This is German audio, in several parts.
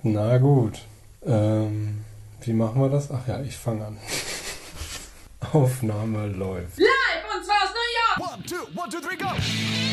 Na gut. Wie machen wir das? Ach ja, ich fange an. Aufnahme läuft. Live on Stars New York! 1, 2, 1, 2, 3, go!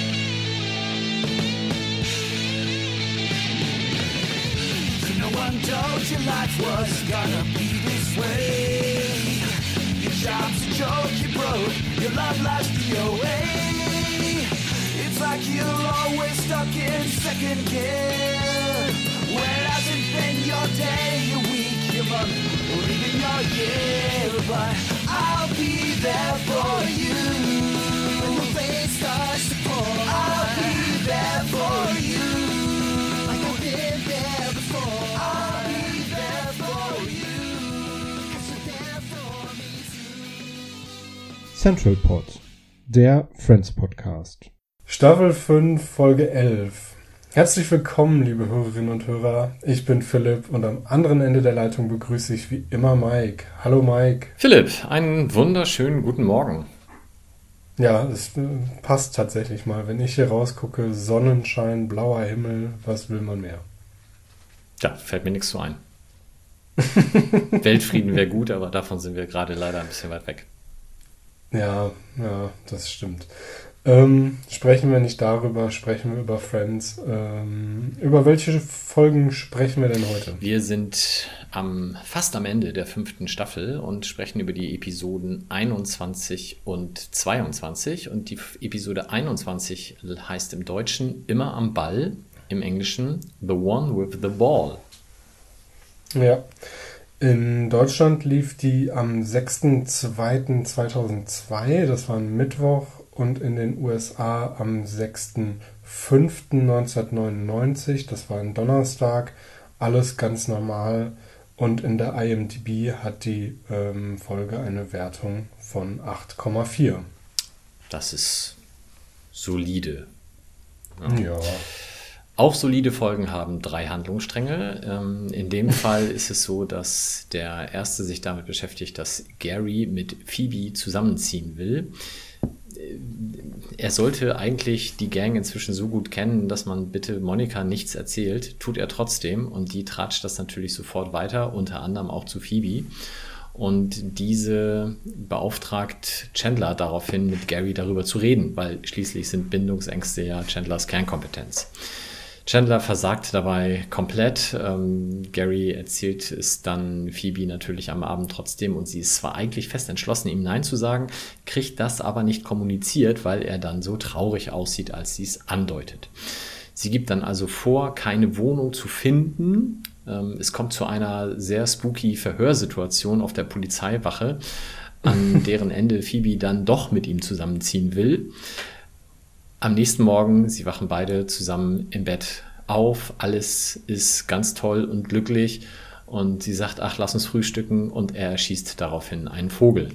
No one told you life was gonna be this way. Your job's a joke, you broke, your love life's DOA. It's like you're always stuck in second gear. When it hasn't been your day, your week, your month, or even your year. But I'll be there for you. When the rain starts to pour, I'll be there for you. Like I've been there before. I'll be there for you. 'Cause you're there for me too. Central Pod, der Friends Podcast. Staffel 5, Folge 11. Herzlich willkommen, liebe Hörerinnen und Hörer. Ich bin Philipp und am anderen Ende der Leitung begrüße ich wie immer Mike. Hallo Mike. Philipp, einen wunderschönen guten Morgen. Ja, es passt tatsächlich mal. Wenn ich hier rausgucke, Sonnenschein, blauer Himmel, was will man mehr? Ja, fällt mir nichts zu ein. Weltfrieden wäre gut, aber davon sind wir gerade leider ein bisschen weit weg. Ja, das stimmt. Sprechen wir nicht darüber, sprechen wir über Friends. Über welche Folgen sprechen wir denn heute? Wir sind fast am Ende der 5. Staffel und sprechen über die Episoden 21 und 22. Und die Episode 21 heißt im Deutschen Immer am Ball, im Englischen The One with the Ball. Ja, in Deutschland lief die am 6.2.2002, das war ein Mittwoch, und in den USA am 6.5.1999, das war ein Donnerstag, alles ganz normal. Und in der IMDb hat die Folge eine Wertung von 8,4. Das ist solide. Ja. Auch solide Folgen haben 3 Handlungsstränge. In dem Fall ist es so, dass der erste sich damit beschäftigt, dass Gary mit Phoebe zusammenziehen will. Er sollte eigentlich die Gang inzwischen so gut kennen, dass man bitte Monica nichts erzählt. Tut er trotzdem und die tratscht das natürlich sofort weiter, unter anderem auch zu Phoebe. Und diese beauftragt Chandler daraufhin, mit Gary darüber zu reden, weil schließlich sind Bindungsängste ja Chandlers Kernkompetenz. Chandler versagt dabei komplett. Gary erzählt es dann Phoebe natürlich am Abend trotzdem und sie ist zwar eigentlich fest entschlossen, ihm Nein zu sagen, kriegt das aber nicht kommuniziert, weil er dann so traurig aussieht, als sie es andeutet. Sie gibt dann also vor, keine Wohnung zu finden. Es kommt zu einer sehr spooky Verhörsituation auf der Polizeiwache, an deren Ende Phoebe dann doch mit ihm zusammenziehen will. Am nächsten Morgen, sie wachen beide zusammen im Bett auf, alles ist ganz toll und glücklich und sie sagt, ach, lass uns frühstücken und er erschießt daraufhin einen Vogel.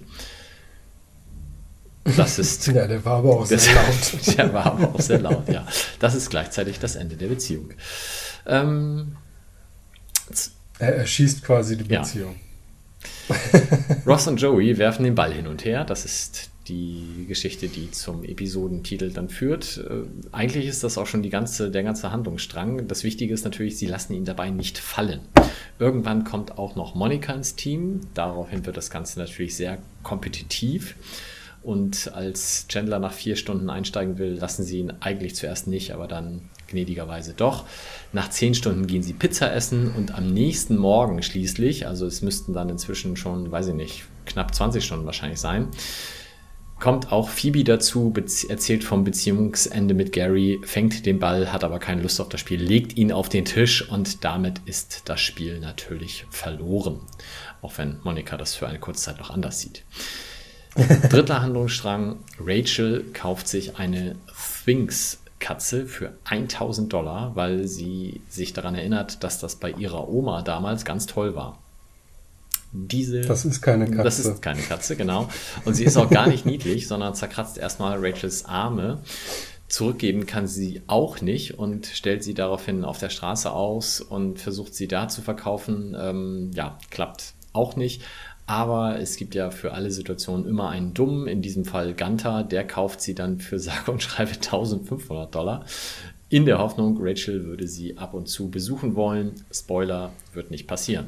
Das ist... Ja, der war aber auch sehr laut. Der war aber auch sehr laut, ja. Das ist gleichzeitig das Ende der Beziehung. Er erschießt quasi die Beziehung. Ja. Ross und Joey werfen den Ball hin und her, das ist die Geschichte, die zum Episodentitel dann führt. Eigentlich ist das auch schon der ganze Handlungsstrang. Das Wichtige ist natürlich, sie lassen ihn dabei nicht fallen. Irgendwann kommt auch noch Monica ins Team. Daraufhin wird das Ganze natürlich sehr kompetitiv. Und als Chandler nach 4 Stunden einsteigen will, lassen sie ihn eigentlich zuerst nicht, aber dann gnädigerweise doch. Nach 10 Stunden gehen sie Pizza essen und am nächsten Morgen schließlich, also es müssten dann inzwischen schon, weiß ich nicht, knapp 20 Stunden wahrscheinlich sein, kommt auch Phoebe dazu, erzählt vom Beziehungsende mit Gary, fängt den Ball, hat aber keine Lust auf das Spiel, legt ihn auf den Tisch und damit ist das Spiel natürlich verloren. Auch wenn Monica das für eine kurze Zeit noch anders sieht. 3. Handlungsstrang, Rachel kauft sich eine Sphinx-Katze für $1.000, weil sie sich daran erinnert, dass das bei ihrer Oma damals ganz toll war. Das ist keine Katze. Das ist keine Katze, genau. Und sie ist auch gar nicht niedlich, sondern zerkratzt erstmal Rachels Arme. Zurückgeben kann sie auch nicht und stellt sie daraufhin auf der Straße aus und versucht sie da zu verkaufen. Klappt auch nicht. Aber es gibt ja für alle Situationen immer einen Dummen, in diesem Fall Gunther, der kauft sie dann für sage und schreibe $1.500. in der Hoffnung, Rachel würde sie ab und zu besuchen wollen. Spoiler, wird nicht passieren.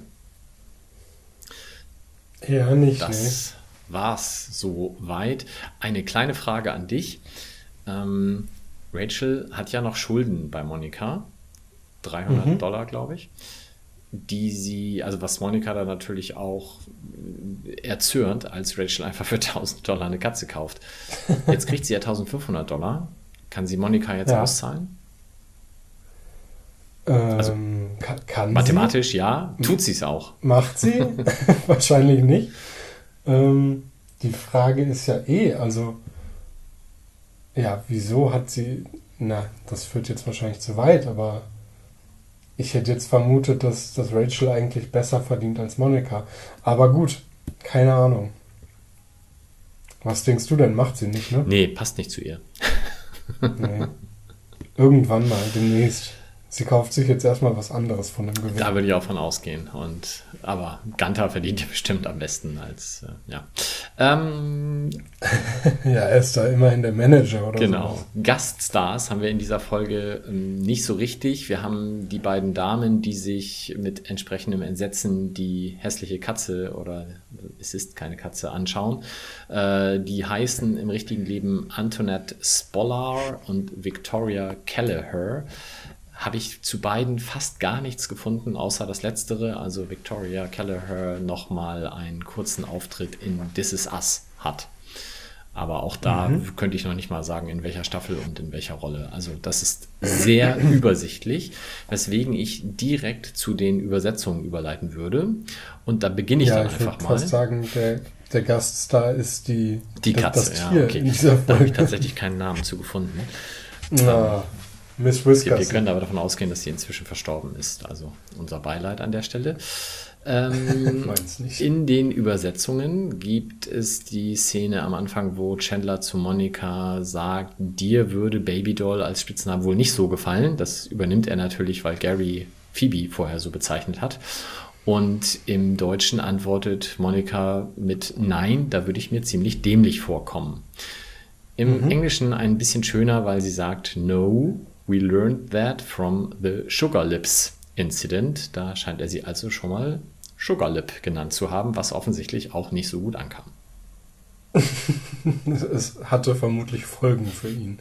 Ja, nicht. Das war's soweit. Eine kleine Frage an dich. Rachel hat ja noch Schulden bei Monica. $300, glaube ich. Die sie, also was Monica da natürlich auch erzürnt, als Rachel einfach für $1.000 eine Katze kauft. Jetzt kriegt sie ja $1.500. Kann sie Monica jetzt auszahlen? Also kann mathematisch sie? Ja, tut sie es auch. Macht sie? Wahrscheinlich nicht. Die Frage ist ja also ja, wieso hat sie, das führt jetzt wahrscheinlich zu weit, aber ich hätte jetzt vermutet, dass Rachel eigentlich besser verdient als Monica. Aber gut, keine Ahnung. Was denkst du denn? Macht sie nicht, ne? Nee, passt nicht zu ihr. Nee. Irgendwann mal, demnächst. Sie kauft sich jetzt erstmal was anderes von dem Gewinn. Da würde ich auch von ausgehen. Aber Gunther verdient ja bestimmt am besten als, ja. Ja, er ist da immerhin der Manager oder so. Genau. Gaststars haben wir in dieser Folge nicht so richtig. Wir haben die beiden Damen, die sich mit entsprechendem Entsetzen die hässliche Katze oder es ist keine Katze anschauen. Die heißen im richtigen Leben Antoinette Spollar und Victoria Kelleher. Habe ich zu beiden fast gar nichts gefunden, außer das Letztere, also Victoria Kelleher nochmal einen kurzen Auftritt in This Is Us hat. Aber auch da könnte ich noch nicht mal sagen, in welcher Staffel und in welcher Rolle. Also das ist sehr übersichtlich, weswegen ich direkt zu den Übersetzungen überleiten würde. Und da beginne ich dann einfach mal. Ich würde fast sagen, der Gaststar ist die Katze, das Tier okay. in dieser Folge. Da habe ich tatsächlich keinen Namen zu gefunden. Miss Whiskers. Wir können aber davon ausgehen, dass sie inzwischen verstorben ist. Also unser Beileid an der Stelle. Meins nicht. In den Übersetzungen gibt es die Szene am Anfang, wo Chandler zu Monica sagt, dir würde Babydoll als Spitzname wohl nicht so gefallen. Das übernimmt er natürlich, weil Gary Phoebe vorher so bezeichnet hat. Und im Deutschen antwortet Monica mit Nein, da würde ich mir ziemlich dämlich vorkommen. Im Englischen ein bisschen schöner, weil sie sagt No, we learned that from the Sugar Lips Incident. Da scheint er sie also schon mal Sugar Lip genannt zu haben, was offensichtlich auch nicht so gut ankam. Es hatte vermutlich Folgen für ihn.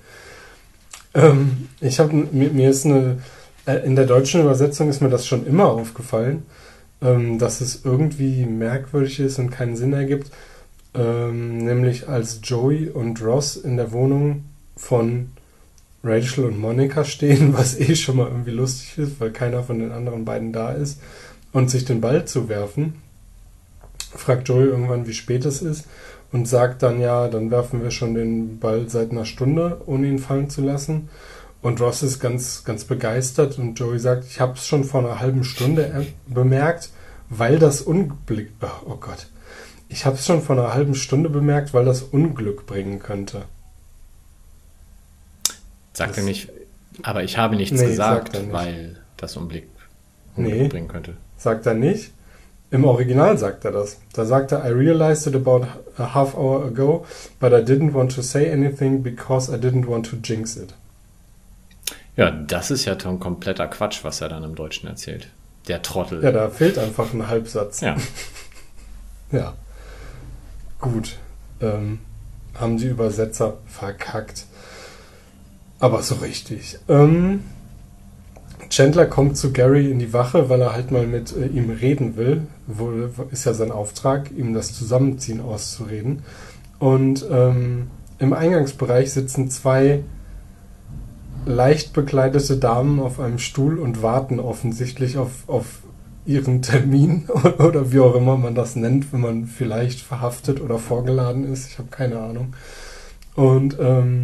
Mir ist in der deutschen Übersetzung ist mir das schon immer aufgefallen, dass es irgendwie merkwürdig ist und keinen Sinn ergibt. Nämlich als Joey und Ross in der Wohnung von Rachel und Monica stehen, was schon mal irgendwie lustig ist, weil keiner von den anderen beiden da ist, und sich den Ball zu werfen, fragt Joey irgendwann, wie spät es ist, und sagt dann, ja, dann werfen wir schon den Ball seit einer Stunde, ohne ihn fallen zu lassen. Und Ross ist ganz, ganz begeistert und Joey sagt, ich habe es schon vor einer halben Stunde bemerkt, weil das Unglück... Oh Gott. Ich habe es schon vor einer halben Stunde bemerkt, weil das Unglück bringen könnte. Sagt er nicht, aber ich habe nichts gesagt, weil das Unglück bringen könnte. Sagt er nicht. Im Original sagt er das. Da sagt er, I realized it about a half hour ago, but I didn't want to say anything because I didn't want to jinx it. Ja, das ist ja ein kompletter Quatsch, was er dann im Deutschen erzählt. Der Trottel. Ja, da fehlt einfach ein Halbsatz. Ja. Ja. Gut. Haben die Übersetzer verkackt. Aber so richtig. Chandler kommt zu Gary in die Wache, weil er halt mal mit ihm reden will. Ist ja sein Auftrag, ihm das Zusammenziehen auszureden. Und im Eingangsbereich sitzen zwei leicht bekleidete Damen auf einem Stuhl und warten offensichtlich auf ihren Termin oder wie auch immer man das nennt, wenn man vielleicht verhaftet oder vorgeladen ist. Ich habe keine Ahnung. Und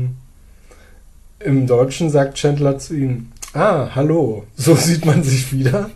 im Deutschen sagt Chandler zu ihnen, hallo, so sieht man sich wieder.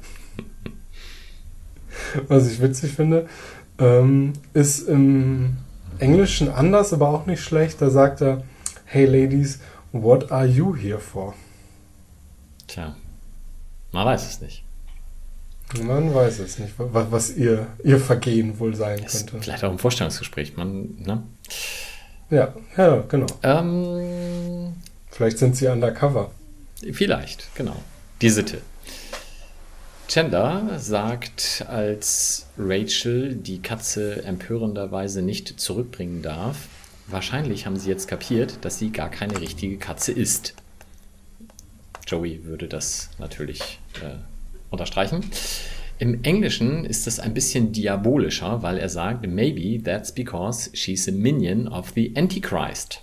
Was ich witzig finde. Ist im Englischen anders, aber auch nicht schlecht. Da sagt er, hey Ladies, what are you here for? Tja, man weiß es nicht. Man weiß es nicht, was ihr Vergehen wohl sein könnte. Vielleicht auch im Vorstellungsgespräch, ne? Ja, genau. Vielleicht sind sie undercover. Vielleicht, genau. Die Sitte. Chandler sagt, als Rachel die Katze empörenderweise nicht zurückbringen darf, wahrscheinlich haben sie jetzt kapiert, dass sie gar keine richtige Katze ist. Joey würde das natürlich unterstreichen. Im Englischen ist es ein bisschen diabolischer, weil er sagt, maybe that's because she's a minion of the Antichrist.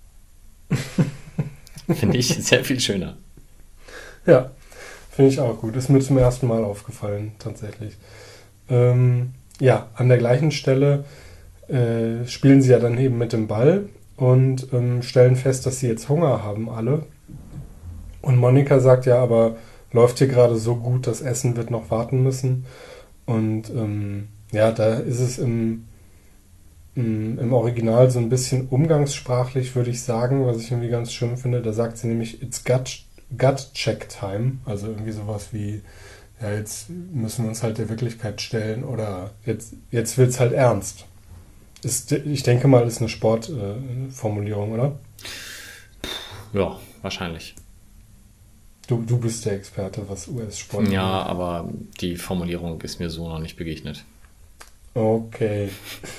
Finde ich sehr viel schöner. Ja, finde ich auch gut. Ist mir zum ersten Mal aufgefallen, tatsächlich. Ja, an der gleichen Stelle spielen sie ja dann eben mit dem Ball und stellen fest, dass sie jetzt Hunger haben alle. Und Monica sagt ja, aber läuft hier gerade so gut, das Essen wird noch warten müssen. Und ja, da ist es im Original so ein bisschen umgangssprachlich, würde ich sagen, was ich irgendwie ganz schön finde. Da sagt sie nämlich, it's gut check time. Also irgendwie sowas wie, ja, jetzt müssen wir uns halt der Wirklichkeit stellen oder jetzt wird's halt ernst. Ich denke mal, ist eine Sportformulierung, oder? Ja, wahrscheinlich. Du bist der Experte, was US-Sport angeht. Ja, aber die Formulierung ist mir so noch nicht begegnet. Okay.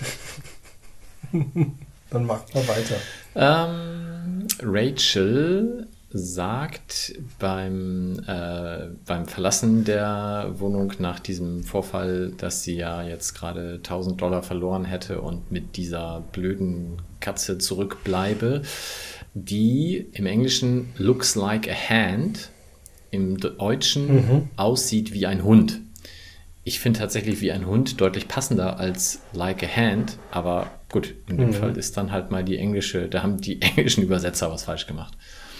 Dann macht mal weiter. Rachel sagt beim Verlassen der Wohnung nach diesem Vorfall, dass sie ja jetzt gerade $1.000 verloren hätte und mit dieser blöden Katze zurückbleibe, die im Englischen looks like a hand, im Deutschen aussieht wie ein Hund. Ich finde tatsächlich wie ein Hund deutlich passender als like a hand, aber gut, in dem Fall ist dann halt mal da haben die englischen Übersetzer was falsch gemacht.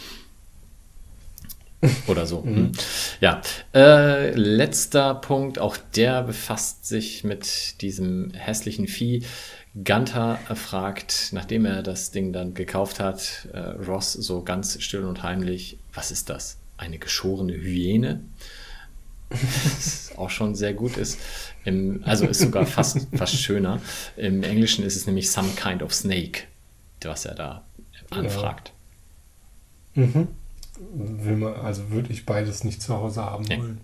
Oder so. Ja. Letzter Punkt, auch der befasst sich mit diesem hässlichen Vieh. Gunther fragt, nachdem er das Ding dann gekauft hat, Ross so ganz still und heimlich, was ist das? Eine geschorene Hyäne? Das auch schon sehr gut ist. Also ist sogar fast schöner. Im Englischen ist es nämlich some kind of snake, was er da anfragt. Ja. Also würde ich beides nicht zu Hause haben wollen.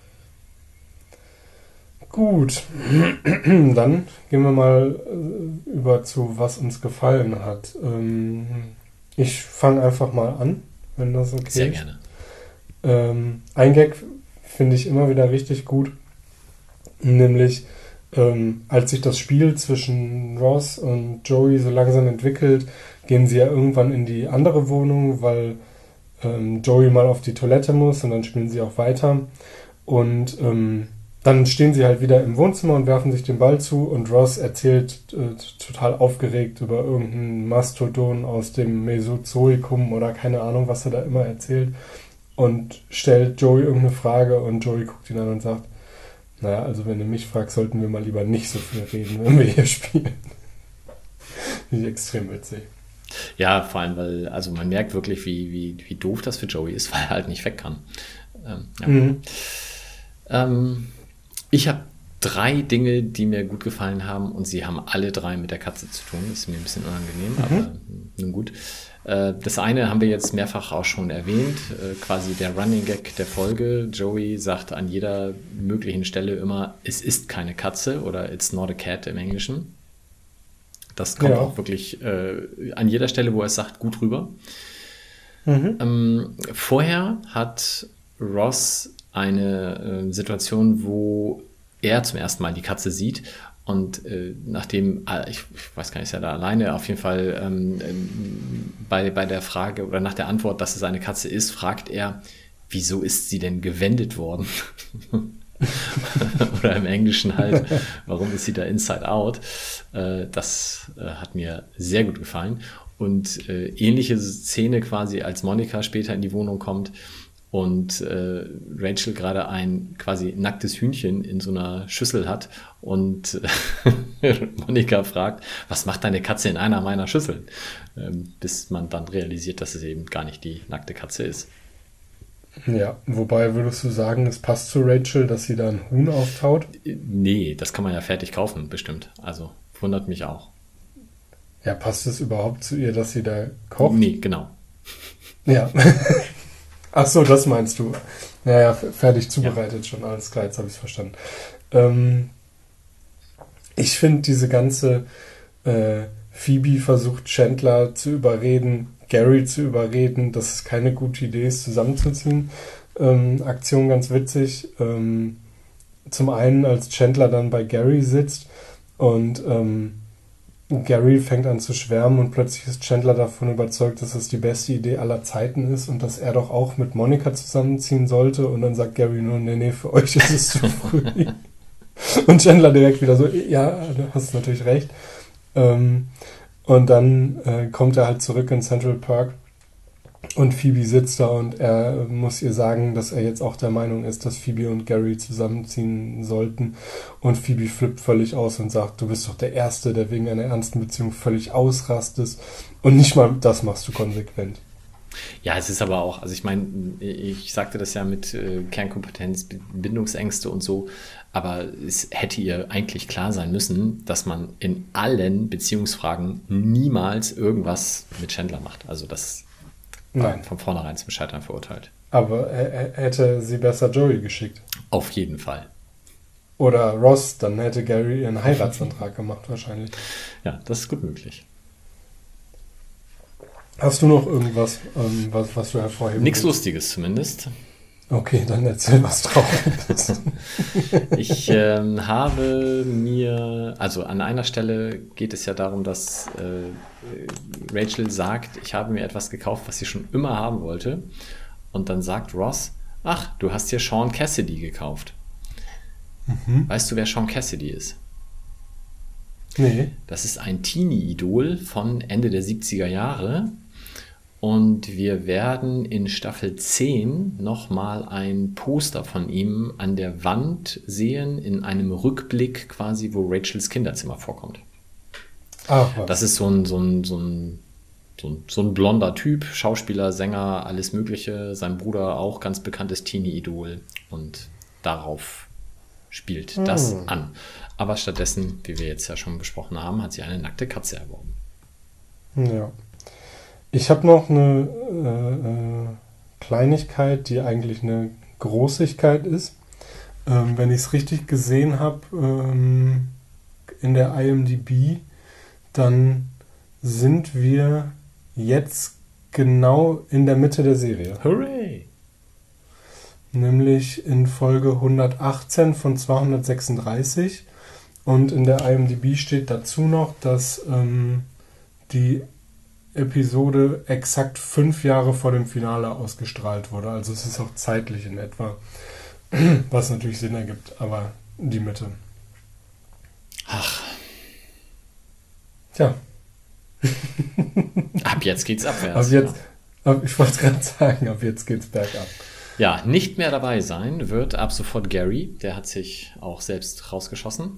Gut, dann gehen wir mal über zu, was uns gefallen hat. Ich fange einfach mal an, wenn das okay ist. Sehr gerne. Ein Gag finde ich immer wieder richtig gut, nämlich als sich das Spiel zwischen Ross und Joey so langsam entwickelt, gehen sie ja irgendwann in die andere Wohnung, weil Joey mal auf die Toilette muss und dann spielen sie auch weiter und dann stehen sie halt wieder im Wohnzimmer und werfen sich den Ball zu und Ross erzählt total aufgeregt über irgendeinen Mastodon aus dem Mesozoikum oder keine Ahnung, was er da immer erzählt und stellt Joey irgendeine Frage und Joey guckt ihn an und sagt, naja, also wenn du mich fragst, sollten wir mal lieber nicht so viel reden, wenn wir hier spielen. Finde ich extrem witzig. Ja, vor allem, weil also man merkt wirklich, wie doof das für Joey ist, weil er halt nicht weg kann. Ich habe 3 Dinge, die mir gut gefallen haben und sie haben alle 3 mit der Katze zu tun. Das ist mir ein bisschen unangenehm, aber nun gut. Das eine haben wir jetzt mehrfach auch schon erwähnt, quasi der Running Gag der Folge. Joey sagt an jeder möglichen Stelle immer, es ist keine Katze oder it's not a cat im Englischen. Das kommt auch wirklich an jeder Stelle, wo er es sagt, gut rüber. Vorher hat Ross eine Situation, wo er zum ersten Mal die Katze sieht und nachdem, ich weiß gar nicht, ist er da alleine, auf jeden Fall bei der Frage oder nach der Antwort, dass es eine Katze ist, fragt er, wieso ist sie denn gewendet worden? Oder im Englischen halt, warum ist sie da inside out? Das hat mir sehr gut gefallen. Und ähnliche Szene quasi, als Monica später in die Wohnung kommt und Rachel gerade ein quasi nacktes Hühnchen in so einer Schüssel hat und Monica fragt, was macht deine Katze in einer meiner Schüsseln? Bis man dann realisiert, dass es eben gar nicht die nackte Katze ist. Ja, wobei würdest du sagen, es passt zu Rachel, dass sie da ein Huhn auftaut? Nee, das kann man ja fertig kaufen, bestimmt. Also, wundert mich auch. Ja, passt es überhaupt zu ihr, dass sie da kocht? Nee, genau. Ja, Ach so, das meinst du. Naja, fertig zubereitet schon, alles klar, jetzt habe ich es verstanden. Ich finde diese ganze Phoebe versucht Chandler zu überreden, Gary zu überreden, dass es keine gute Idee ist, zusammenzuziehen. Aktion ganz witzig. Zum einen, als Chandler dann bei Gary sitzt und Gary fängt an zu schwärmen und plötzlich ist Chandler davon überzeugt, dass es die beste Idee aller Zeiten ist und dass er doch auch mit Monica zusammenziehen sollte. Und dann sagt Gary nur, nee, für euch ist es zu früh. Und Chandler direkt wieder so, ja, du hast natürlich recht. Und dann kommt er halt zurück in Central Park und Phoebe sitzt da und er muss ihr sagen, dass er jetzt auch der Meinung ist, dass Phoebe und Gary zusammenziehen sollten. Und Phoebe flippt völlig aus und sagt, du bist doch der Erste, der wegen einer ernsten Beziehung völlig ausrastest. Und nicht mal das machst du konsequent. Ja, es ist aber auch, also ich meine, ich sagte das ja mit Kernkompetenz, Bindungsängste und so, aber es hätte ihr eigentlich klar sein müssen, dass man in allen Beziehungsfragen niemals irgendwas mit Chandler macht. Also das war von vornherein zum Scheitern verurteilt. Aber er hätte sie besser Joey geschickt. Auf jeden Fall. Oder Ross, dann hätte Gary ihren Heiratsantrag gemacht wahrscheinlich. Ja, das ist gut möglich. Hast du noch irgendwas, was du hervorheben Nichts willst? Lustiges zumindest. Okay, dann erzähl was Trauriges. Ich habe mir, also an einer Stelle geht es ja darum, dass Rachel sagt, ich habe mir etwas gekauft, was sie schon immer haben wollte. Und dann sagt Ross, ach, du hast dir Sean Cassidy gekauft. Weißt du, wer Sean Cassidy ist? Nee. Das ist ein Teenie-Idol von Ende der 70er Jahre. Und wir werden in Staffel 10 nochmal ein Poster von ihm an der Wand sehen, in einem Rückblick quasi, wo Rachels Kinderzimmer vorkommt. Ach, was. Das ist so ein blonder Typ, Schauspieler, Sänger, alles Mögliche. Sein Bruder auch ganz bekanntes Teenie-Idol. Und darauf spielt das an. Aber stattdessen, wie wir jetzt ja schon besprochen haben, hat sie eine nackte Katze erworben. Ja. Ich habe noch eine Kleinigkeit, die eigentlich eine Großigkeit ist. Wenn ich es richtig gesehen habe in der IMDb, dann sind wir jetzt genau in der Mitte der Serie. Hooray! Nämlich in Folge 118 von 236. Und in der IMDb steht dazu noch, dass die Episode exakt 5 Jahre vor dem Finale ausgestrahlt wurde. Also es ist auch zeitlich in etwa, was natürlich Sinn ergibt, aber die Mitte. Ach. Tja. Ab jetzt geht's abwärts. Ich wollte gerade sagen, ab jetzt geht's bergab. Ja, nicht mehr dabei sein wird ab sofort Gary. Der hat sich auch selbst rausgeschossen.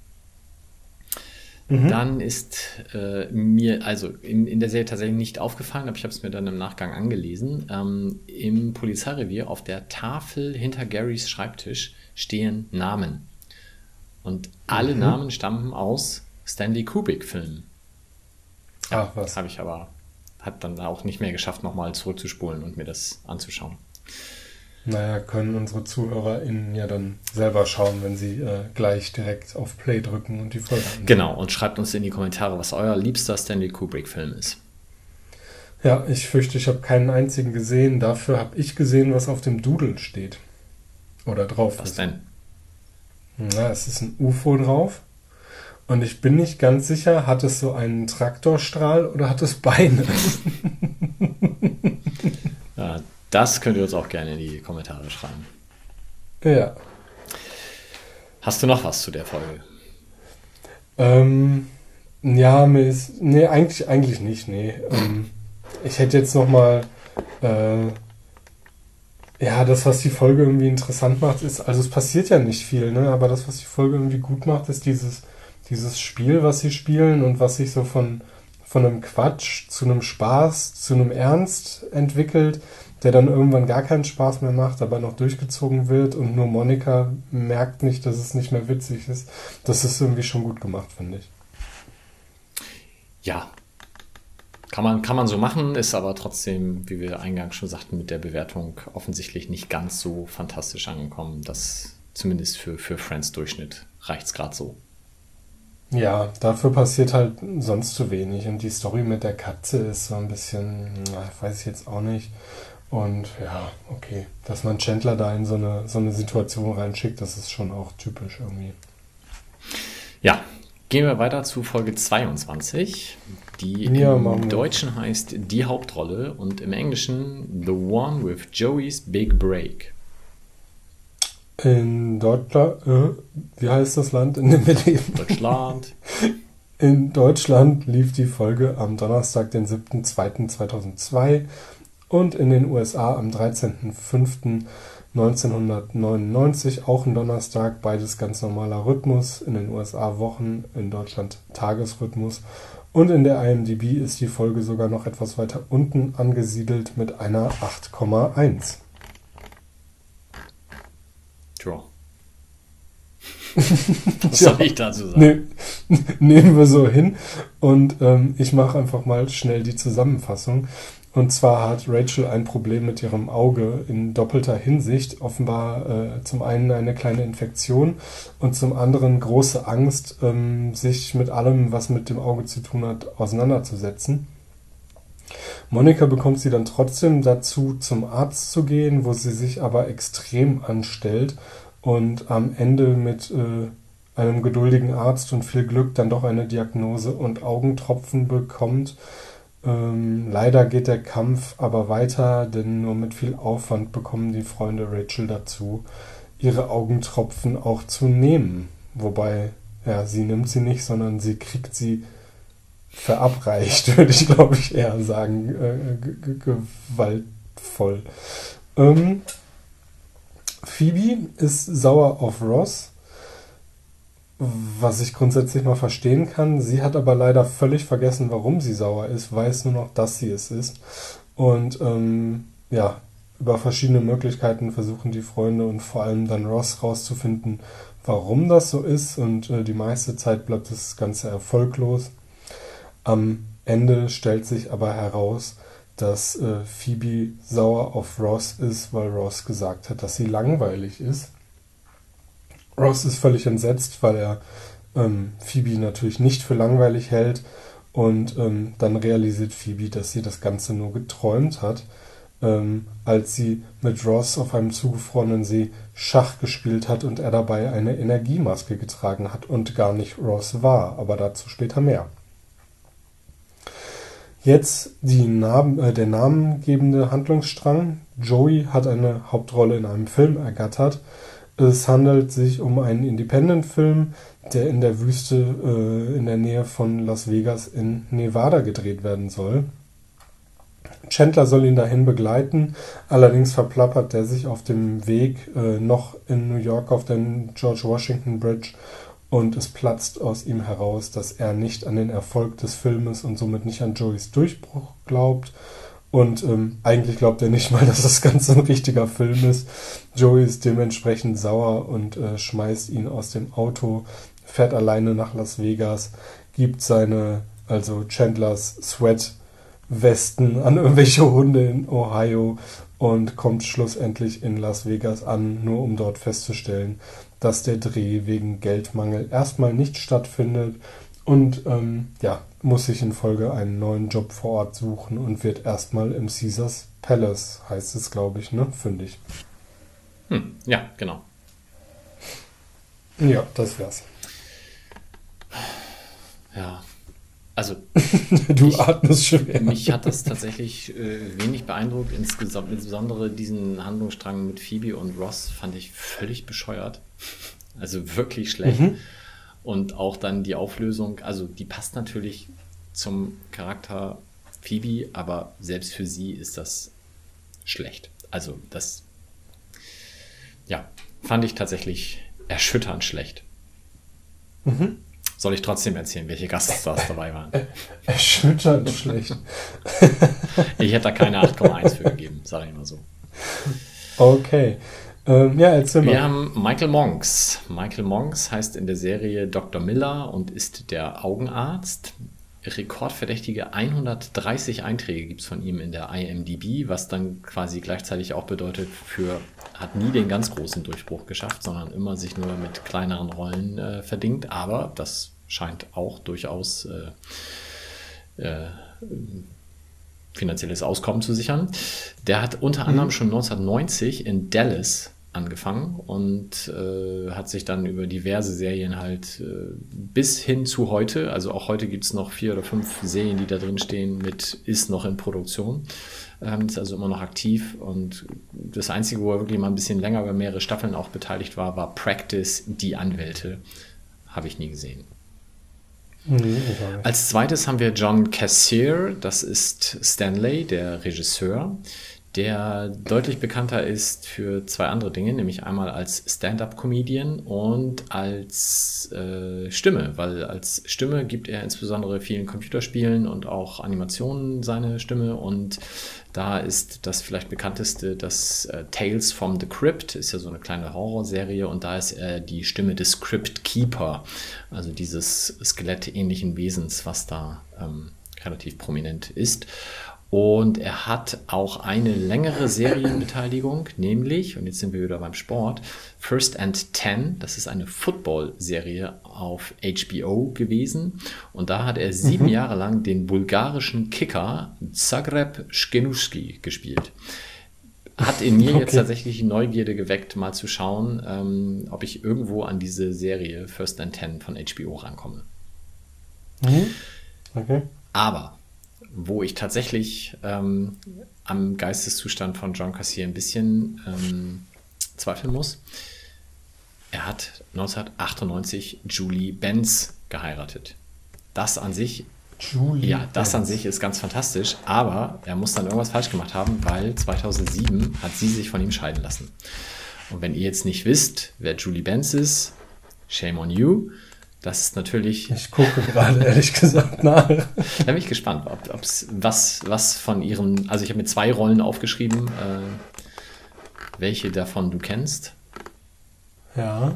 Dann ist mir, also in der Serie tatsächlich nicht aufgefallen, aber ich habe es mir dann im Nachgang angelesen. Im Polizeirevier auf der Tafel hinter Garys Schreibtisch stehen Namen. Und alle Namen stammen aus Stanley Kubrick-Filmen. Ach was. Habe ich aber, hat dann auch nicht mehr geschafft, nochmal zurückzuspulen und mir das anzuschauen. Naja, können unsere ZuhörerInnen ja dann selber schauen, wenn sie gleich direkt auf Play drücken und die Folge ansehen. Genau, und schreibt uns in die Kommentare, was euer liebster Stanley Kubrick-Film ist. Ja, ich fürchte, ich habe keinen einzigen gesehen. Dafür habe ich gesehen, was auf dem Doodle steht. Oder drauf Was ist. denn? Na, es ist ein UFO drauf. Und ich bin nicht ganz sicher, hat es so einen Traktorstrahl oder hat es Beine? Ja, das könnt ihr uns auch gerne in die Kommentare schreiben. Ja. Hast du noch was zu der Folge? Ja, mir ist... Nee, eigentlich nicht, nee. Ich hätte jetzt nochmal... ja, das, was die Folge irgendwie interessant macht, ist... Also es passiert ja nicht viel, ne? Aber das, was die Folge irgendwie gut macht, ist dieses Spiel, was sie spielen und was sich so von einem Quatsch zu einem Spaß, zu einem Ernst entwickelt, der dann irgendwann gar keinen Spaß mehr macht, aber noch durchgezogen wird und nur Monica merkt nicht, dass es nicht mehr witzig ist. Das ist irgendwie schon gut gemacht, finde ich. Ja, kann man so machen, ist aber trotzdem, wie wir eingangs schon sagten, mit der Bewertung offensichtlich nicht ganz so fantastisch angekommen. Das zumindest für Friends Durchschnitt reicht's gerade so. Ja, dafür passiert halt sonst zu wenig. Und die Story mit der Katze ist so ein bisschen, weiß ich jetzt auch nicht. Und ja, okay, dass man Chandler da in so eine Situation reinschickt, das ist schon auch typisch irgendwie. Ja, gehen wir weiter zu Folge 22, die im Deutschen heißt Die Hauptrolle und im Englischen The One with Joey's Big Break. In Deutschland, wie heißt das Land, in dem wir leben? Deutschland. In Deutschland lief die Folge am Donnerstag, den 7.2.2002 und in den USA am 13.05.1999, auch ein Donnerstag, beides ganz normaler Rhythmus, in den USA Wochen, in Deutschland Tagesrhythmus und in der IMDb ist die Folge sogar noch etwas weiter unten angesiedelt mit einer 8,1. Tja. Was soll ich dazu sagen? Nehmen wir so hin und ich mache einfach mal schnell die Zusammenfassung. Und zwar hat Rachel ein Problem mit ihrem Auge in doppelter Hinsicht. Offenbar zum einen eine kleine Infektion und zum anderen große Angst, sich mit allem, was mit dem Auge zu tun hat, auseinanderzusetzen. Monica bekommt sie dann trotzdem dazu, zum Arzt zu gehen, wo sie sich aber extrem anstellt und am Ende mit einem geduldigen Arzt und viel Glück dann doch eine Diagnose und Augentropfen bekommt. Leider geht der Kampf aber weiter, denn nur mit viel Aufwand bekommen die Freunde Rachel dazu, ihre Augentropfen auch zu nehmen. Wobei, ja, sie nimmt sie nicht, sondern sie kriegt sie verabreicht, würde ich glaube ich eher sagen, gewaltvoll. Phoebe ist sauer auf Ross, was ich grundsätzlich mal verstehen kann. Sie hat aber leider völlig vergessen, warum sie sauer ist, weiß nur noch, dass sie es ist. Und ja, über verschiedene Möglichkeiten versuchen die Freunde und vor allem dann Ross rauszufinden, warum das so ist. Und die meiste Zeit bleibt das Ganze erfolglos. Am Ende stellt sich aber heraus, dass Phoebe sauer auf Ross ist, weil Ross gesagt hat, dass sie langweilig ist. Ross ist völlig entsetzt, weil er Phoebe natürlich nicht für langweilig hält und dann realisiert Phoebe, dass sie das Ganze nur geträumt hat, als sie mit Ross auf einem zugefrorenen See Schach gespielt hat und er dabei eine Energiemaske getragen hat und gar nicht Ross war, aber dazu später mehr. Jetzt der namengebende Handlungsstrang. Joey hat eine Hauptrolle in einem Film ergattert. Es handelt sich um einen Independent-Film, der in der Wüste in der Nähe von Las Vegas in Nevada gedreht werden soll. Chandler soll ihn dahin begleiten, allerdings verplappert er sich auf dem Weg noch in New York auf der George Washington Bridge und es platzt aus ihm heraus, dass er nicht an den Erfolg des Filmes und somit nicht an Joeys Durchbruch glaubt. Und eigentlich glaubt er nicht mal, dass das Ganze ein richtiger Film ist. Joey ist dementsprechend sauer und schmeißt ihn aus dem Auto, fährt alleine nach Las Vegas, gibt also Chandlers Sweat-Westen an irgendwelche Hunde in Ohio und kommt schlussendlich in Las Vegas an, nur um dort festzustellen, dass der Dreh wegen Geldmangel erstmal nicht stattfindet. Und muss sich in Folge einen neuen Job vor Ort suchen und wird erstmal im Caesars Palace, heißt es, glaube ich, ne? Fündig. Ja, genau. Ja, das wär's. Ja, also du atmest schwer. Mich hat das tatsächlich wenig beeindruckt. Insbesondere diesen Handlungsstrang mit Phoebe und Ross fand ich völlig bescheuert. Also wirklich schlecht. Und auch dann die Auflösung, also die passt natürlich zum Charakter Phoebe, aber selbst für sie ist das schlecht. Also das, ja, fand ich tatsächlich erschütternd schlecht. Soll ich trotzdem erzählen, welche Gaststars dabei waren? Erschütternd schlecht. Ich hätte da keine 8,1 für gegeben, sage ich mal so. Okay. Erzähl mal. Wir haben Michael Monks. Michael Monks heißt in der Serie Dr. Miller und ist der Augenarzt. rekordverdächtige 130 Einträge gibt es von ihm in der IMDb, was dann quasi gleichzeitig auch bedeutet, hat nie den ganz großen Durchbruch geschafft, sondern immer sich nur mit kleineren Rollen verdingt. Aber das scheint auch durchaus finanzielles Auskommen zu sichern. Der hat unter anderem schon 1990 in Dallas angefangen und hat sich dann über diverse Serien halt bis hin zu heute, also auch heute gibt es noch 4 oder 5 Serien, die da drin stehen, ist noch in Produktion, ist also immer noch aktiv, und das Einzige, wo er wirklich mal ein bisschen länger über mehrere Staffeln auch beteiligt war Practice, die Anwälte. Habe ich nie gesehen. Als zweites haben wir John Cassier, das ist Stanley, der Regisseur, der deutlich bekannter ist für 2 andere Dinge, nämlich einmal als Stand-up-Comedian und als Stimme, weil als Stimme gibt er insbesondere vielen Computerspielen und auch Animationen seine Stimme, und da ist das vielleicht bekannteste das Tales from the Crypt, ist ja so eine kleine Horrorserie, und da ist er die Stimme des Crypt Keeper, also dieses skelettähnlichen Wesens, was da relativ prominent ist. Und er hat auch eine längere Serienbeteiligung, nämlich, und jetzt sind wir wieder beim Sport, First and 10, das ist eine Football-Serie auf HBO gewesen. Und da hat er 7 Jahre lang den bulgarischen Kicker Zagreb Skenuski gespielt. Hat in mir jetzt tatsächlich Neugierde geweckt, mal zu schauen, ob ich irgendwo an diese Serie First and 10 von HBO rankomme. Okay. Aber wo ich tatsächlich am Geisteszustand von John Cassier ein bisschen zweifeln muss. Er hat 1998 Julie Benz geheiratet. Das an sich ist ganz fantastisch, aber er muss dann irgendwas falsch gemacht haben, weil 2007 hat sie sich von ihm scheiden lassen. Und wenn ihr jetzt nicht wisst, wer Julie Benz ist, shame on you. Das ist natürlich... Ich gucke gerade ehrlich gesagt nach. Da bin ich gespannt, ob es was von ihren... Also ich habe mir 2 Rollen aufgeschrieben, welche davon du kennst. Ja.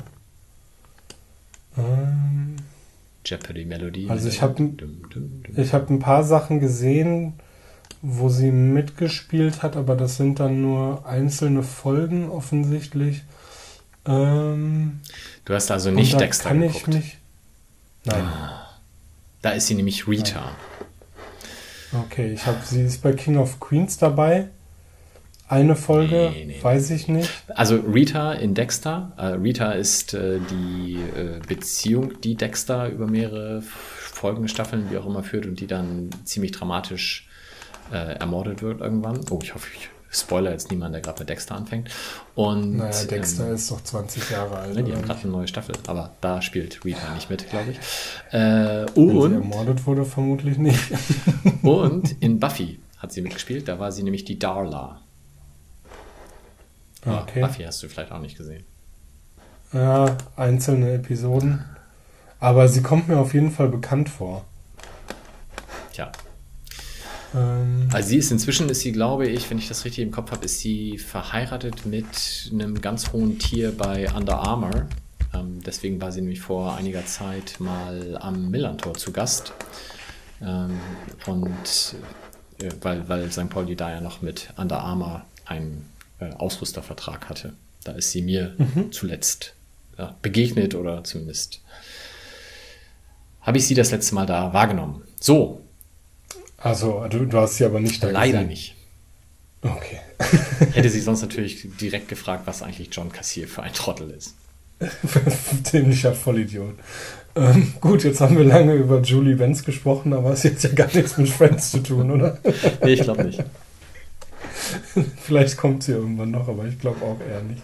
Jeopardy Melody. Also ich habe ein paar Sachen gesehen, wo sie mitgespielt hat, aber das sind dann nur einzelne Folgen offensichtlich. Du hast also nicht Dexter geguckt. Nein. Da ist sie nämlich Rita. Okay, sie ist bei King of Queens dabei. Eine Folge, weiß ich nicht. Also Rita in Dexter. Rita ist die Beziehung, die Dexter über mehrere Folgen, Staffeln, wie auch immer, führt und die dann ziemlich dramatisch ermordet wird irgendwann. Oh, ich hoffe, ich spoiler jetzt niemand, der gerade mit Dexter anfängt. Und, naja, Dexter ist doch 20 Jahre alt. Die haben gerade eine neue Staffel, aber da spielt Rita nicht mit, glaube ich. Wenn sie ermordet wurde, vermutlich nicht. Und in Buffy hat sie mitgespielt, da war sie nämlich die Darla. Okay. Buffy hast du vielleicht auch nicht gesehen. Ja, einzelne Episoden. Aber sie kommt mir auf jeden Fall bekannt vor. Tja. Also inzwischen ist sie, glaube ich, wenn ich das richtig im Kopf habe, ist sie verheiratet mit einem ganz hohen Tier bei Under Armour. Deswegen war sie nämlich vor einiger Zeit mal am Millantor zu Gast. Weil St. Pauli da ja noch mit Under Armour einen Ausrüstervertrag hatte. Da ist sie mir zuletzt begegnet, oder zumindest habe ich sie das letzte Mal da wahrgenommen. So. Also, du hast sie aber nicht da Leider gesehen. nicht. Okay. Hätte sie sonst natürlich direkt gefragt, was eigentlich John Cassier für ein Trottel ist. Dämlicher Vollidiot. Gut, jetzt haben wir lange über Julie Benz gesprochen, aber es hat jetzt ja gar nichts mit Friends zu tun, oder? Nee, ich glaube nicht. Vielleicht kommt sie irgendwann noch, aber ich glaube auch eher nicht.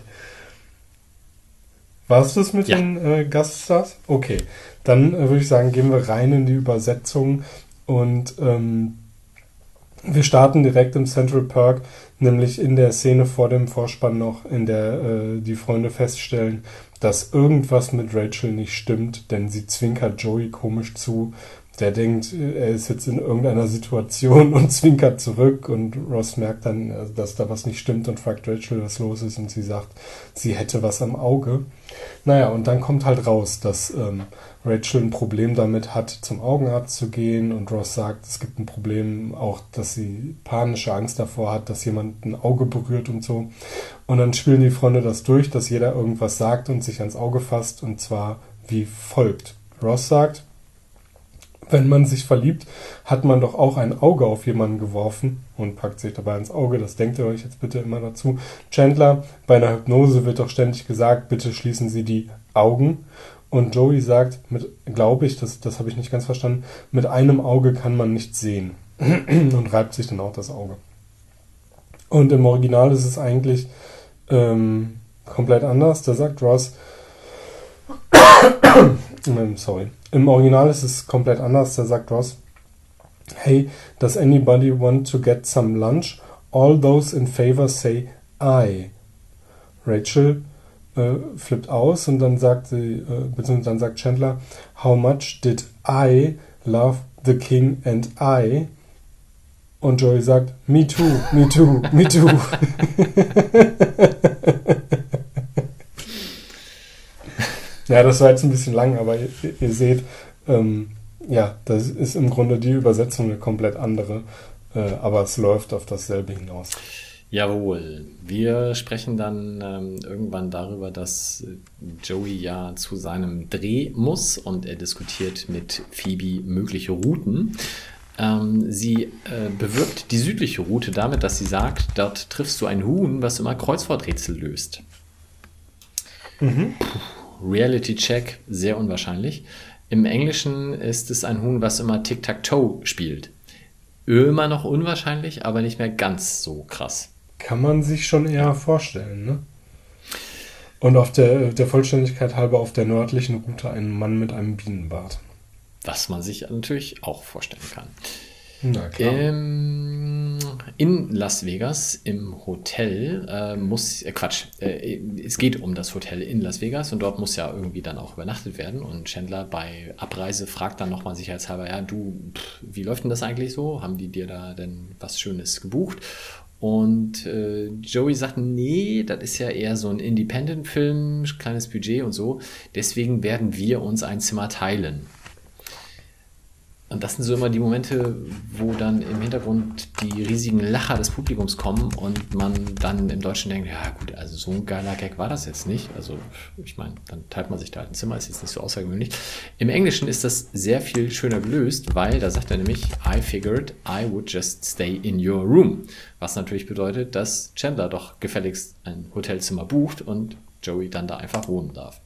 War's das mit den Gaststars? Okay, dann würde ich sagen, gehen wir rein in die Übersetzung und wir starten direkt im Central Perk, nämlich in der Szene vor dem Vorspann noch, in der die Freunde feststellen, dass irgendwas mit Rachel nicht stimmt, denn sie zwinkert Joey komisch zu, der denkt, er ist jetzt in irgendeiner Situation und zwinkert zurück und Ross merkt dann, dass da was nicht stimmt und fragt Rachel, was los ist und sie sagt, sie hätte was am Auge. Naja, und dann kommt halt raus, dass Rachel ein Problem damit hat, zum Augenarzt zu gehen und Ross sagt, es gibt ein Problem auch, dass sie panische Angst davor hat, dass jemand ein Auge berührt und so. Und dann spielen die Freunde das durch, dass jeder irgendwas sagt und sich ans Auge fasst und zwar wie folgt. Ross sagt, wenn man sich verliebt, hat man doch auch ein Auge auf jemanden geworfen und packt sich dabei ins Auge. Das denkt ihr euch jetzt bitte immer dazu. Chandler, bei einer Hypnose wird doch ständig gesagt, bitte schließen Sie die Augen. Und Joey sagt, glaube ich, das habe ich nicht ganz verstanden, mit einem Auge kann man nicht sehen. Und reibt sich dann auch das Auge. Und im Original ist es eigentlich komplett anders. Da sagt Ross, sorry. Im Original ist es komplett anders. Da sagt Ross, hey, does anybody want to get some lunch? All those in favor say I. Rachel flippt aus und dann sagt sie, beziehungsweise dann sagt Chandler, how much did I love the king and I? Und Joey sagt, me too, me too, me too. Ja, das war jetzt ein bisschen lang, aber ihr seht, ja, das ist im Grunde die Übersetzung eine komplett andere, aber es läuft auf dasselbe hinaus. Jawohl. Wir sprechen dann irgendwann darüber, dass Joey ja zu seinem Dreh muss und er diskutiert mit Phoebe mögliche Routen. Sie bewirbt die südliche Route damit, dass sie sagt, dort triffst du ein Huhn, was immer Kreuzworträtsel löst. Reality-Check, sehr unwahrscheinlich. Im Englischen ist es ein Huhn, was immer Tic-Tac-Toe spielt. Immer noch unwahrscheinlich, aber nicht mehr ganz so krass. Kann man sich schon eher vorstellen, ne? Und auf der Vollständigkeit halber auf der nördlichen Route ein Mann mit einem Bienenbart. Was man sich natürlich auch vorstellen kann. Na klar. In Las Vegas im Hotel es geht um das Hotel in Las Vegas und dort muss ja irgendwie dann auch übernachtet werden und Chandler bei Abreise fragt dann nochmal sicherheitshalber, ja wie läuft denn das eigentlich so? Haben die dir da denn was Schönes gebucht? Und Joey sagt, nee, das ist ja eher so ein Independent-Film, kleines Budget und so, deswegen werden wir uns ein Zimmer teilen. Und das sind so immer die Momente, wo dann im Hintergrund die riesigen Lacher des Publikums kommen und man dann im Deutschen denkt, ja gut, also so ein geiler Gag war das jetzt nicht. Also ich meine, dann teilt man sich da halt ein Zimmer, ist jetzt nicht so außergewöhnlich. Im Englischen ist das sehr viel schöner gelöst, weil da sagt er nämlich, I figured I would just stay in your room. Was natürlich bedeutet, dass Chandler doch gefälligst ein Hotelzimmer bucht und Joey dann da einfach wohnen darf.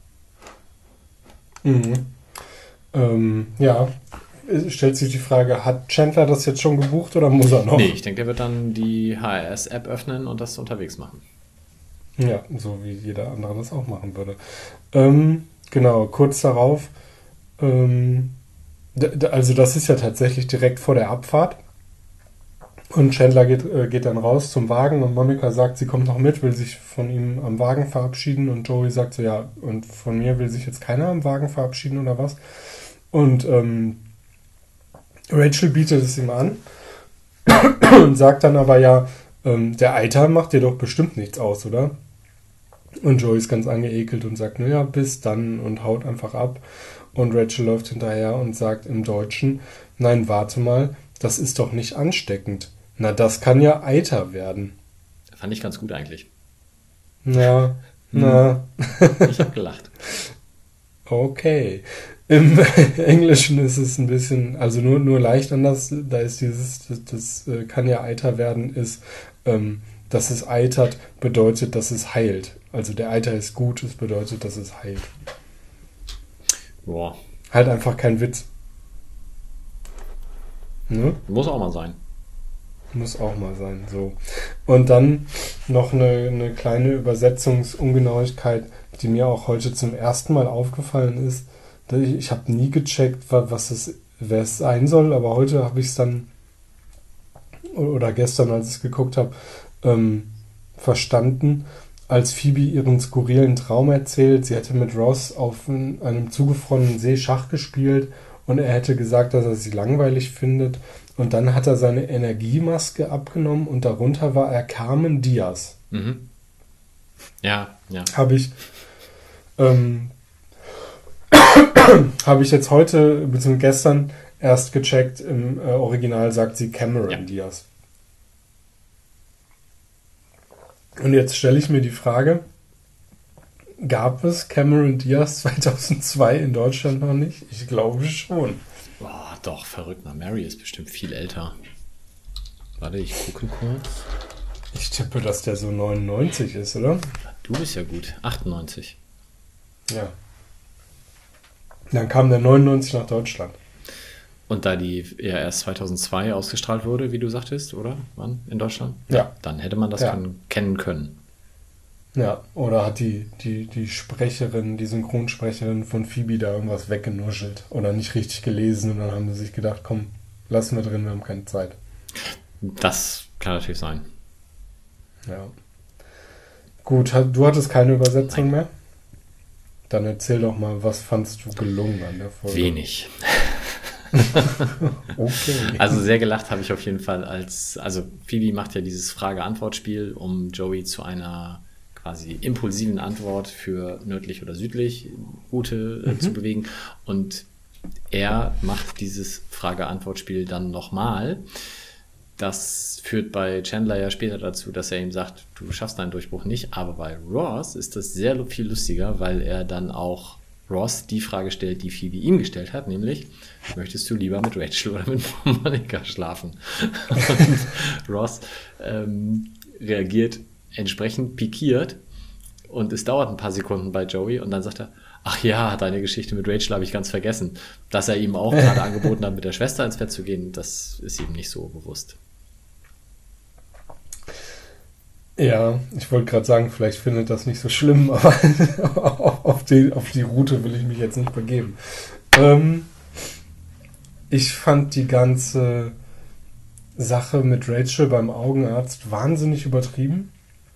Ja. Stellt sich die Frage, hat Chandler das jetzt schon gebucht oder muss er noch? Nee, ich denke, der wird dann die HRS-App öffnen und das unterwegs machen. Ja, so wie jeder andere das auch machen würde. Genau, kurz darauf, also das ist ja tatsächlich direkt vor der Abfahrt und Chandler geht dann raus zum Wagen und Monica sagt, sie kommt noch mit, will sich von ihm am Wagen verabschieden und Joey sagt so, ja, und von mir will sich jetzt keiner am Wagen verabschieden oder was? Und Rachel bietet es ihm an und sagt dann aber ja, der Eiter macht dir doch bestimmt nichts aus, oder? Und Joey ist ganz angeekelt und sagt, naja, bis dann und haut einfach ab. Und Rachel läuft hinterher und sagt im Deutschen, nein, warte mal, das ist doch nicht ansteckend. Na, das kann ja Eiter werden. Fand ich ganz gut eigentlich. Na. Ich habe gelacht. Okay. Im Englischen ist es ein bisschen, also nur leicht anders. Da ist das kann ja Eiter werden, ist, dass es eitert, bedeutet, dass es heilt. Also der Eiter ist gut, es bedeutet, dass es heilt. Boah. Halt einfach kein Witz. Ne? Muss auch mal sein. Muss auch mal sein, so. Und dann noch eine kleine Übersetzungsungenauigkeit, die mir auch heute zum ersten Mal aufgefallen ist. Ich habe nie gecheckt, wer es sein soll, aber heute habe ich es dann, oder gestern, als ich es geguckt habe, verstanden, als Phoebe ihren skurrilen Traum erzählt. Sie hätte mit Ross auf einem zugefrorenen See Schach gespielt und er hätte gesagt, dass er sie langweilig findet. Und dann hat er seine Energiemaske abgenommen und darunter war er Carmen Diaz. Mhm. Ja. Habe ich jetzt heute, beziehungsweise gestern erst gecheckt. Im Original sagt sie Cameron Diaz. Und jetzt stelle ich mir die Frage, gab es Cameron Diaz 2002 in Deutschland noch nicht? Ich glaube schon. Boah, doch, verrückt. Na, Mary ist bestimmt viel älter. Warte, ich gucke kurz. Ich tippe, dass der so 99 ist, oder? Du bist ja gut. 98. Ja. Dann kam der 99 nach Deutschland. Und da die ja erst 2002 ausgestrahlt wurde, wie du sagtest, oder? Wann? In Deutschland? Ja. Dann hätte man das kennen können. Ja, oder hat die Sprecherin, die Synchronsprecherin von Phoebe da irgendwas weggenuschelt oder nicht richtig gelesen und dann haben sie sich gedacht, komm, lassen wir drin, wir haben keine Zeit. Das kann natürlich sein. Ja. Gut, du hattest keine Übersetzung mehr? Dann erzähl doch mal, was fandst du gelungen an der Folge? Wenig. Okay. Also sehr gelacht habe ich auf jeden Fall also Phoebe macht ja dieses Frage-Antwort-Spiel, um Joey zu einer quasi impulsiven Antwort für nördlich oder südlich Route zu bewegen. Und er macht dieses Frage-Antwort-Spiel dann nochmal. Das führt bei Chandler ja später dazu, dass er ihm sagt, du schaffst deinen Durchbruch nicht. Aber bei Ross ist das sehr viel lustiger, weil er dann auch Ross die Frage stellt, die Phoebe ihm gestellt hat, nämlich, möchtest du lieber mit Rachel oder mit Monica schlafen? Und Ross reagiert entsprechend pikiert und es dauert ein paar Sekunden bei Joey und dann sagt er, ach ja, deine Geschichte mit Rachel habe ich ganz vergessen. Dass er ihm auch gerade angeboten hat, mit der Schwester ins Bett zu gehen, das ist ihm nicht so bewusst. Ja, ich wollte gerade sagen, vielleicht findet das nicht so schlimm, aber auf die Route will ich mich jetzt nicht begeben. Ich fand die ganze Sache mit Rachel beim Augenarzt wahnsinnig übertrieben.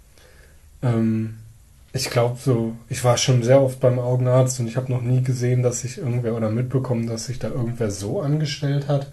Ich glaube ich war schon sehr oft beim Augenarzt und ich habe noch nie gesehen, dass sich irgendwer oder mitbekommen, dass sich da irgendwer so angestellt hat.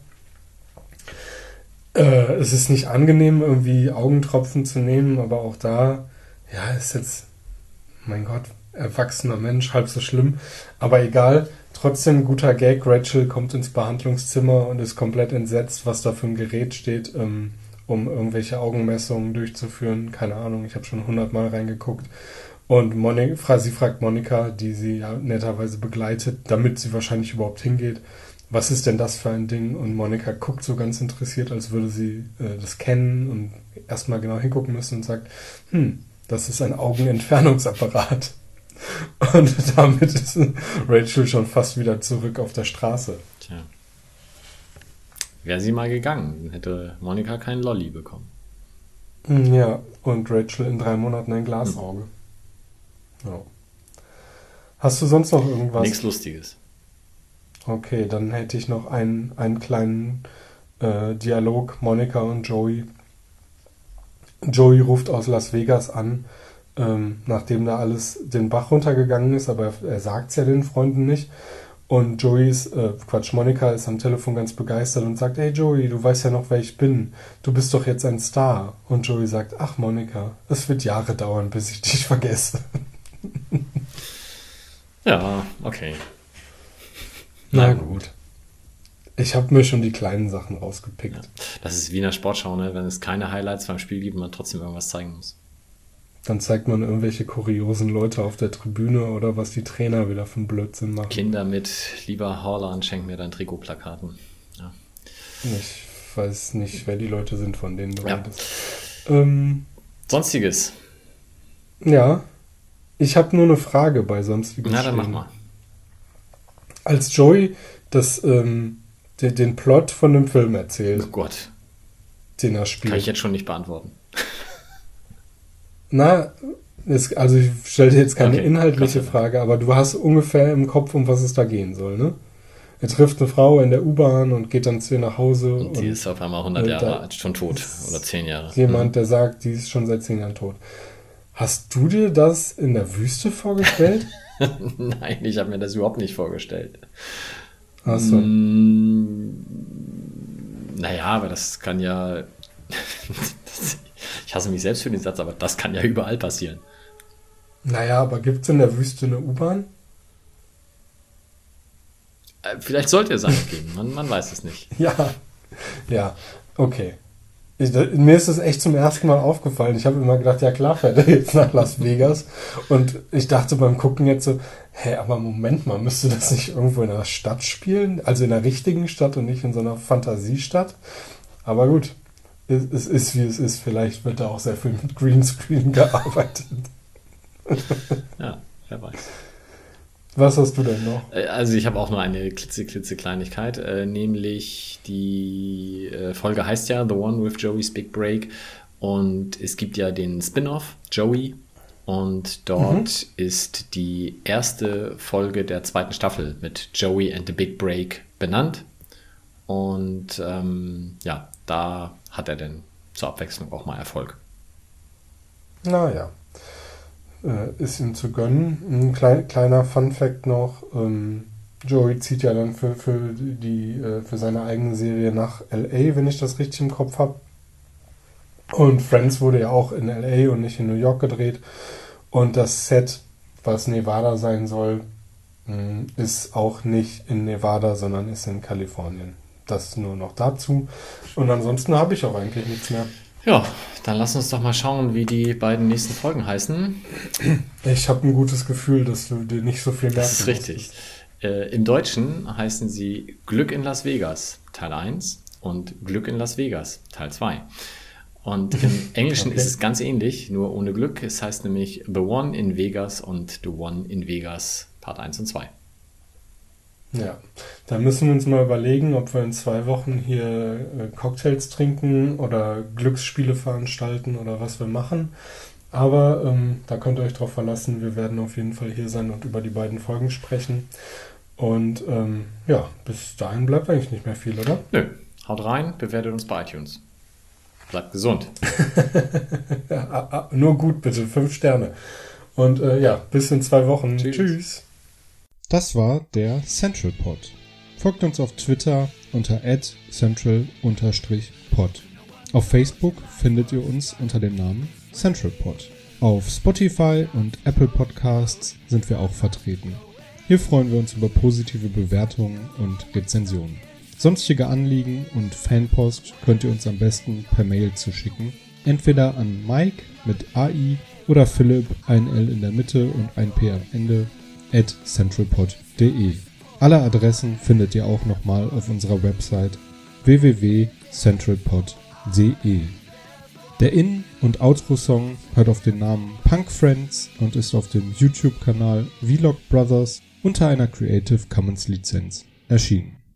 Es ist nicht angenehm, irgendwie Augentropfen zu nehmen, aber auch da, ja, ist jetzt, mein Gott, erwachsener Mensch, halb so schlimm. Aber egal, trotzdem guter Gag. Rachel kommt ins Behandlungszimmer und ist komplett entsetzt, was da für ein Gerät steht, um irgendwelche Augenmessungen durchzuführen. Keine Ahnung, ich habe schon 100-mal reingeguckt. Und sie fragt Monica, die sie ja netterweise begleitet, damit sie wahrscheinlich überhaupt hingeht, was ist denn das für ein Ding? Und Monica guckt so ganz interessiert, als würde sie das kennen und erstmal genau hingucken müssen und sagt, das ist ein Augenentfernungsapparat. Und damit ist Rachel schon fast wieder zurück auf der Straße. Tja. Wäre sie mal gegangen, hätte Monica keinen Lolli bekommen. Ja, und Rachel in 3 Monaten ein Glasauge. Ja. Hast du sonst noch irgendwas? Nichts Lustiges. Okay, dann hätte ich noch einen kleinen Dialog, Monica und Joey. Joey ruft aus Las Vegas an, nachdem da alles den Bach runtergegangen ist, aber er sagt es ja den Freunden nicht. Und Monica ist am Telefon ganz begeistert und sagt, hey Joey, du weißt ja noch, wer ich bin. Du bist doch jetzt ein Star. Und Joey sagt, ach Monica, es wird Jahre dauern, bis ich dich vergesse. Ja, okay. Na gut. Ich habe mir schon die kleinen Sachen rausgepickt. Ja. Das ist wie in der Sportschau, ne? Wenn es keine Highlights beim Spiel gibt und man trotzdem irgendwas zeigen muss. Dann zeigt man irgendwelche kuriosen Leute auf der Tribüne oder was die Trainer wieder für einen Blödsinn machen. Kinder mit, lieber Haaland, schenk mir dein Trikotplakaten. Ja. Ich weiß nicht, wer die Leute sind, von denen du redest. Sonstiges. Ja, ich habe nur eine Frage bei Sonstiges. Na, dann mach mal. Als Joey den Plot von dem Film erzählt, Oh Gott, den er spielt. kann ich jetzt schon nicht beantworten. Na, also ich stelle dir jetzt keine Okay, inhaltliche krass. Frage, aber du hast ungefähr im Kopf, um was es da gehen soll, ne? Er trifft eine Frau in der U-Bahn und geht dann zu ihr nach Hause. Und die ist auf einmal 100 Jahre alt, schon tot. Oder 10 Jahre. Jemand, der sagt, die ist schon seit 10 Jahren tot. Hast du dir das in der Wüste vorgestellt? Nein, ich habe mir das überhaupt nicht vorgestellt. Ach so. Naja, aber das kann ja... Ich hasse mich selbst für den Satz, aber das kann ja überall passieren. Naja, aber gibt's in der Wüste eine U-Bahn? Vielleicht sollte es eine geben, man weiß es nicht. Ja, okay. Mir ist es echt zum ersten Mal aufgefallen. Ich habe immer gedacht, ja klar, fährt er jetzt nach Las Vegas. Und ich dachte beim Gucken jetzt so, aber Moment mal, müsste das nicht irgendwo in einer Stadt spielen? Also in einer richtigen Stadt und nicht in so einer Fantasiestadt? Aber gut, es ist wie es ist. Vielleicht wird da auch sehr viel mit Greenscreen gearbeitet. Ja, wer weiß. Was hast du denn noch? Also ich habe auch nur eine Klitzekleinigkeit, nämlich die Folge heißt ja The One with Joey's Big Break und es gibt ja den Spin-off Joey und dort ist die erste Folge der 2. Staffel mit Joey and the Big Break benannt und da hat er dann zur Abwechslung auch mal Erfolg. Naja. Ist ihm zu gönnen. Ein kleiner Fun-Fact noch. Joey zieht ja dann für seine eigene Serie nach L.A., wenn ich das richtig im Kopf habe. Und Friends wurde ja auch in L.A. und nicht in New York gedreht. Und das Set, was Nevada sein soll, ist auch nicht in Nevada, sondern ist in Kalifornien. Das nur noch dazu. Und ansonsten habe ich auch eigentlich nichts mehr. Ja, dann lass uns doch mal schauen, wie die beiden nächsten Folgen heißen. Ich habe ein gutes Gefühl, dass du dir nicht so viel merken Das ist richtig. Im Deutschen heißen sie Glück in Las Vegas, Teil 1 und Glück in Las Vegas, Teil 2. Und im Englischen ist es ganz ähnlich, nur ohne Glück. Es heißt nämlich The One in Vegas und The One in Vegas, Part 1 und 2. Ja, da müssen wir uns mal überlegen, ob wir in 2 Wochen hier Cocktails trinken oder Glücksspiele veranstalten oder was wir machen. Aber da könnt ihr euch drauf verlassen, wir werden auf jeden Fall hier sein und über die beiden Folgen sprechen. Und bis dahin bleibt eigentlich nicht mehr viel, oder? Nö, haut rein, bewertet uns bei iTunes. Bleibt gesund. Nur gut bitte, 5 Sterne. Und bis in 2 Wochen. Tschüss. Das war der Central Pod. Folgt uns auf Twitter unter @central_pod. Auf Facebook findet ihr uns unter dem Namen Central Pod. Auf Spotify und Apple Podcasts sind wir auch vertreten. Hier freuen wir uns über positive Bewertungen und Rezensionen. Sonstige Anliegen und Fanpost könnt ihr uns am besten per Mail zuschicken. Entweder an Mike mit AI oder Philipp, ein L in der Mitte und ein P am Ende, @centralpod.de. Alle Adressen findet ihr auch nochmal auf unserer Website www.centralpod.de. Der In- und Outro-Song hört auf den Namen Punk Friends und ist auf dem YouTube-Kanal Vlog Brothers unter einer Creative Commons Lizenz erschienen.